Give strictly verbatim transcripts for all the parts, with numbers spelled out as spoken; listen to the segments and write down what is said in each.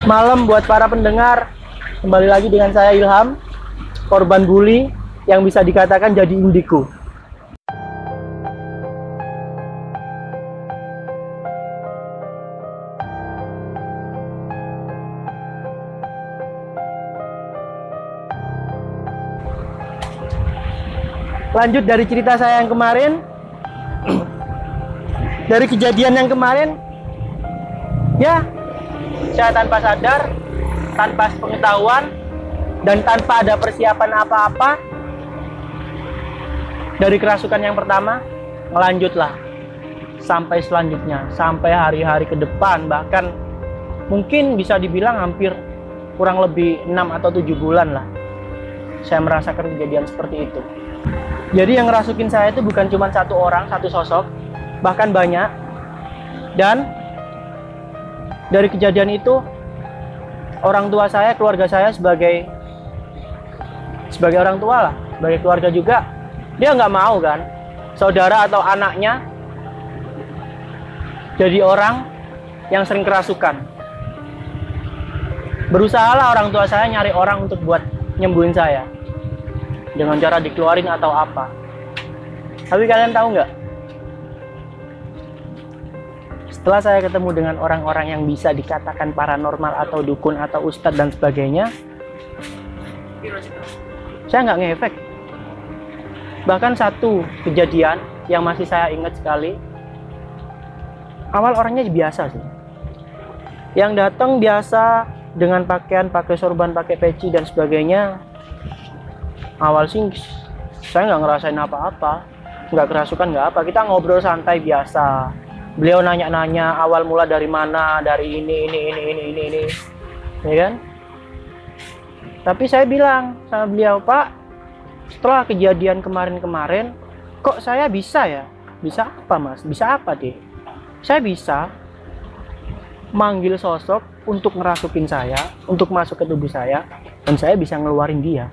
Malam buat para pendengar, kembali lagi dengan saya Ilham, korban bully yang bisa dikatakan jadi indigo. Lanjut dari cerita saya yang kemarin, dari kejadian yang kemarin, ya saya tanpa sadar, tanpa pengetahuan, dan tanpa ada persiapan apa-apa, dari kerasukan yang pertama, melanjutlah sampai selanjutnya, sampai hari-hari ke depan, bahkan mungkin bisa dibilang hampir kurang lebih enam atau tujuh bulan lah, saya merasakan kejadian seperti itu. Jadi yang ngerasukin saya itu bukan cuma satu orang, satu sosok, bahkan banyak. Dan dari kejadian itu, orang tua saya, keluarga saya sebagai sebagai orang tua lah, sebagai keluarga juga, dia nggak mau kan saudara atau anaknya jadi orang yang sering kerasukan. Berusahalah orang tua saya nyari orang untuk buat nyembuhin saya dengan cara dikeluarin atau apa. Tapi kalian tahu nggak? Setelah saya ketemu dengan orang-orang yang bisa dikatakan paranormal atau dukun atau ustadz dan sebagainya, saya nggak ngefek. Bahkan satu kejadian yang masih saya ingat sekali, awal orangnya biasa sih. Yang datang biasa dengan pakaian, pakai sorban, pakai peci dan sebagainya. Awal sih saya nggak ngerasain apa-apa, nggak kerasukan, nggak apa. Kita ngobrol santai biasa. Beliau nanya-nanya awal mula dari mana, dari ini, ini, ini, ini, ini, ini, ya kan? Tapi saya bilang sama beliau, Pak, setelah kejadian kemarin-kemarin, kok saya bisa ya? Bisa apa, Mas? Bisa apa, deh? Saya bisa manggil sosok untuk ngerasukin saya, untuk masuk ke tubuh saya, dan saya bisa ngeluarin dia.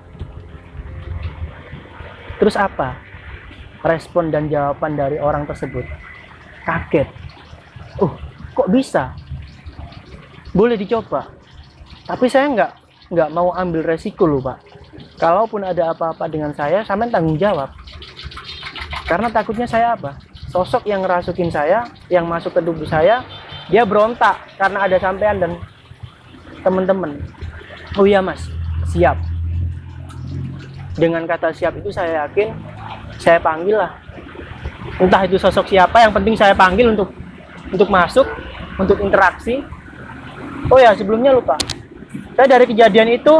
Terus apa respon dan jawaban dari orang tersebut? Kaget. Uh, kok bisa? Boleh dicoba. Tapi saya nggak nggak mau ambil resiko loh, Pak. Kalaupun ada apa-apa dengan saya, sampean tanggung jawab. Karena takutnya saya apa? Sosok yang ngerasukin saya, yang masuk ke tubuh saya, dia berontak karena ada sampean dan teman-teman. Oh iya, Mas, siap. Dengan kata siap itu saya yakin, saya panggil lah. Entah itu sosok siapa, yang penting saya panggil untuk untuk masuk, untuk interaksi. Oh ya, sebelumnya lupa. Saya dari kejadian itu,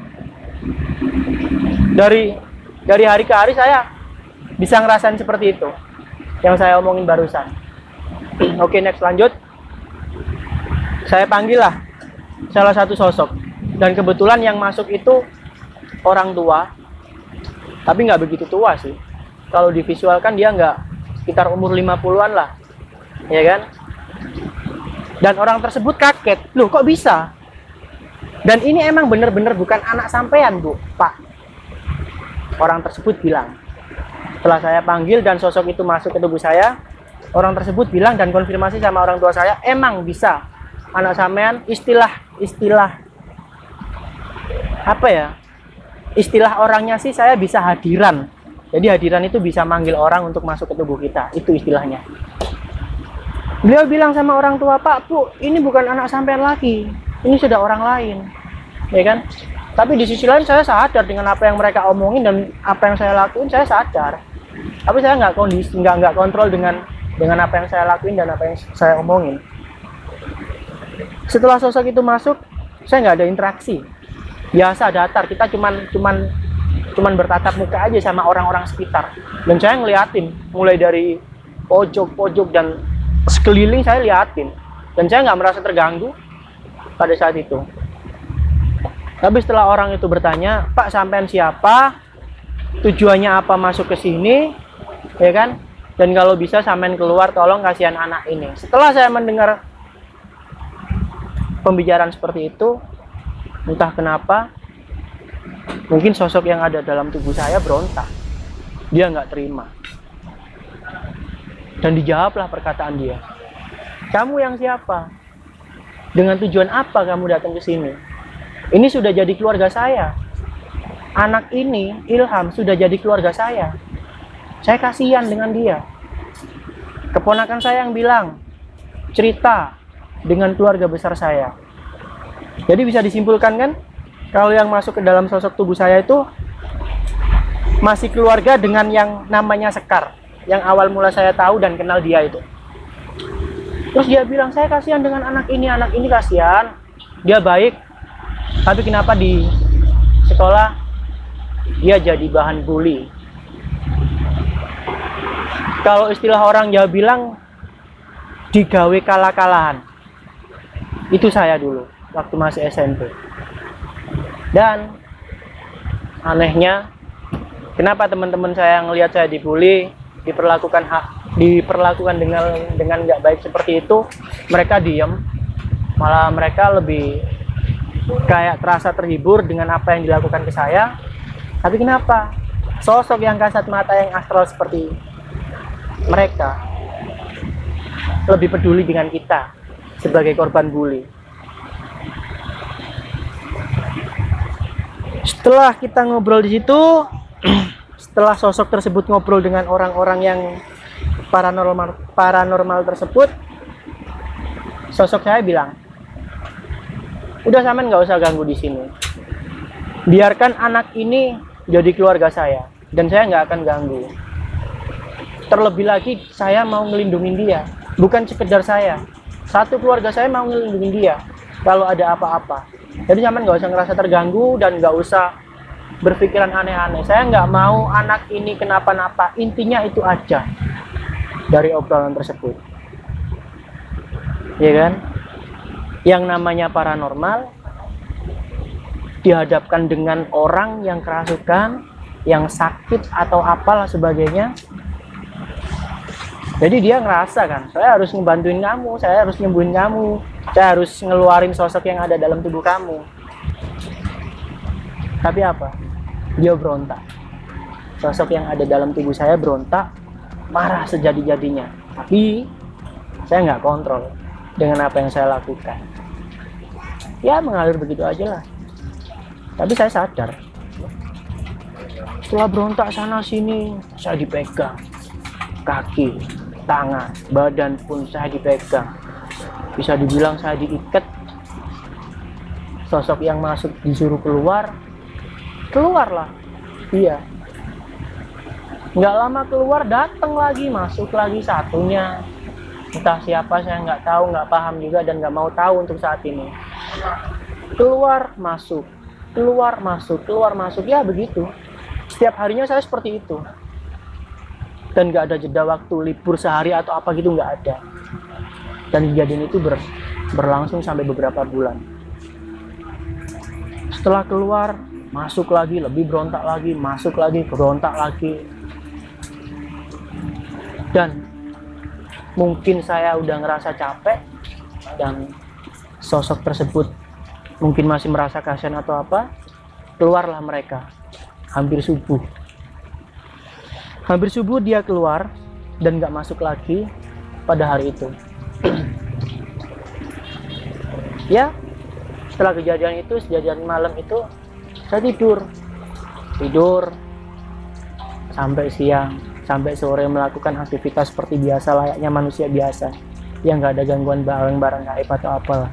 dari dari hari ke hari saya bisa ngerasain seperti itu yang saya omongin barusan. Oke, next, lanjut. Saya panggil lah salah satu sosok, dan kebetulan yang masuk itu orang tua, tapi nggak begitu tua sih. Kalau divisualkan dia nggak, sekitar umur lima puluhan lah, ya kan? Dan orang tersebut kaget, loh kok bisa? Dan ini emang bener-bener bukan anak sampean, Bu, Pak. Orang tersebut bilang. Setelah saya panggil dan sosok itu masuk ke tubuh saya, orang tersebut bilang dan konfirmasi sama orang tua saya, emang bisa anak sampean. Istilah, istilah apa ya? Istilah orangnya sih saya bisa hadiran. Jadi hadiran itu bisa manggil orang untuk masuk ke tubuh kita, itu istilahnya. Beliau bilang sama orang tua, Pak, Bu, ini bukan anak sampean lagi, ini sudah orang lain, ya kan? Tapi di sisi lain saya sadar dengan apa yang mereka omongin dan apa yang saya lakuin, saya sadar. Tapi saya nggak kondisi, nggak nggak kontrol dengan dengan apa yang saya lakuin dan apa yang saya omongin. Setelah sosok itu masuk, saya nggak ada interaksi, biasa datar. Kita cuman cuman cuman bertatap muka aja sama orang-orang sekitar, dan saya ngeliatin mulai dari pojok-pojok dan sekeliling, saya liatin, dan saya nggak merasa terganggu pada saat itu. Tapi setelah orang itu bertanya, Pak, sampean siapa, tujuannya apa masuk ke sini, ya kan, dan kalau bisa sampean keluar, tolong kasihan anak ini. Setelah saya mendengar pembicaraan seperti itu, entah kenapa mungkin sosok yang ada dalam tubuh saya berontak. Dia nggak terima. Dan dijawablah perkataan dia. Kamu yang siapa? Dengan tujuan apa kamu datang ke sini? Ini sudah jadi keluarga saya. Anak ini, Ilham, sudah jadi keluarga saya. Saya kasihan dengan dia. Keponakan saya yang bilang, cerita dengan keluarga besar saya. Jadi bisa disimpulkan kan, kalau yang masuk ke dalam sosok tubuh saya itu masih keluarga dengan yang namanya Sekar, yang awal mula saya tahu dan kenal dia itu. Terus dia bilang, saya kasihan dengan anak ini, anak ini kasihan, dia baik, tapi kenapa di sekolah dia jadi bahan bully? Kalau istilah orang Jawa bilang, digawe kalah-kalahan. Itu saya dulu, waktu masih S M P. Dan anehnya, kenapa teman-teman saya yang ngelihat saya dibully, diperlakukan hak, diperlakukan dengan dengan nggak baik seperti itu, mereka diem, malah mereka lebih kayak terasa terhibur dengan apa yang dilakukan ke saya. Tapi kenapa sosok yang kasat mata, yang astral seperti mereka lebih peduli dengan kita sebagai korban bully? Setelah kita ngobrol di situ, setelah sosok tersebut ngobrol dengan orang-orang yang paranormal paranormal tersebut, sosok saya bilang, udah sampean nggak usah ganggu di sini. Biarkan anak ini jadi keluarga saya, dan saya nggak akan ganggu. Terlebih lagi saya mau ngelindungin dia, bukan sekedar saya. Satu keluarga saya mau ngelindungin dia kalau ada apa-apa. Jadi sampean nggak usah ngerasa terganggu dan nggak usah berpikiran aneh-aneh. Saya nggak mau anak ini kenapa-napa. Intinya itu aja dari obrolan tersebut, ya kan? Yang namanya paranormal dihadapkan dengan orang yang kerasukan, yang sakit atau apalah sebagainya. Jadi dia ngerasa kan, saya harus ngebantuin kamu, saya harus nyembuhin kamu, saya harus ngeluarin sosok yang ada dalam tubuh kamu. Tapi apa? Dia berontak. Sosok yang ada dalam tubuh saya berontak, marah sejadi-jadinya. Tapi saya nggak kontrol dengan apa yang saya lakukan. Ya mengalir begitu aja lah. Tapi saya sadar, setelah berontak sana sini, saya dipegang, kaki, tangan, badan pun saya dipegang. Bisa dibilang saya diikat. Sosok yang masuk disuruh keluar, keluarlah dia. Nggak lama keluar, datang lagi, masuk lagi satunya. Entah siapa, saya nggak tahu, nggak paham juga, dan nggak mau tahu untuk saat ini. Keluar, masuk, keluar, masuk, keluar, masuk, ya begitu. Setiap harinya saya seperti itu. Dan nggak ada jeda waktu, libur sehari atau apa gitu, nggak ada. Dan kejadian itu ber, berlangsung sampai beberapa bulan. Setelah keluar, masuk lagi, lebih berontak lagi, masuk lagi, berontak lagi. Dan mungkin saya udah ngerasa capek, dan sosok tersebut mungkin masih merasa kasihan atau apa. Keluarlah mereka, hampir subuh. Hampir subuh dia keluar, dan gak masuk lagi pada hari itu. Ya, setelah kejadian itu, kejadian malam itu, saya tidur. Tidur sampai siang, sampai sore, melakukan aktivitas seperti biasa layaknya manusia biasa, yang gak ada gangguan barang-barang gaib atau apalah.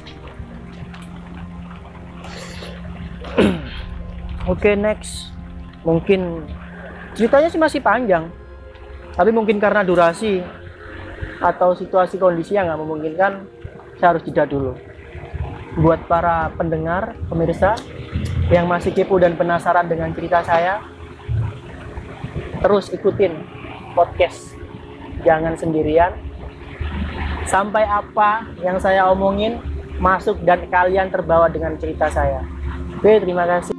Oke, okay, next. Mungkin ceritanya sih masih panjang, tapi mungkin karena durasi atau situasi kondisi yang nggak memungkinkan, saya harus jeda dulu. Buat para pendengar, pemirsa yang masih kepo dan penasaran dengan cerita saya, terus ikutin podcast Jangan Sendirian sampai apa yang saya omongin masuk dan kalian terbawa dengan cerita saya. Oke, terima kasih.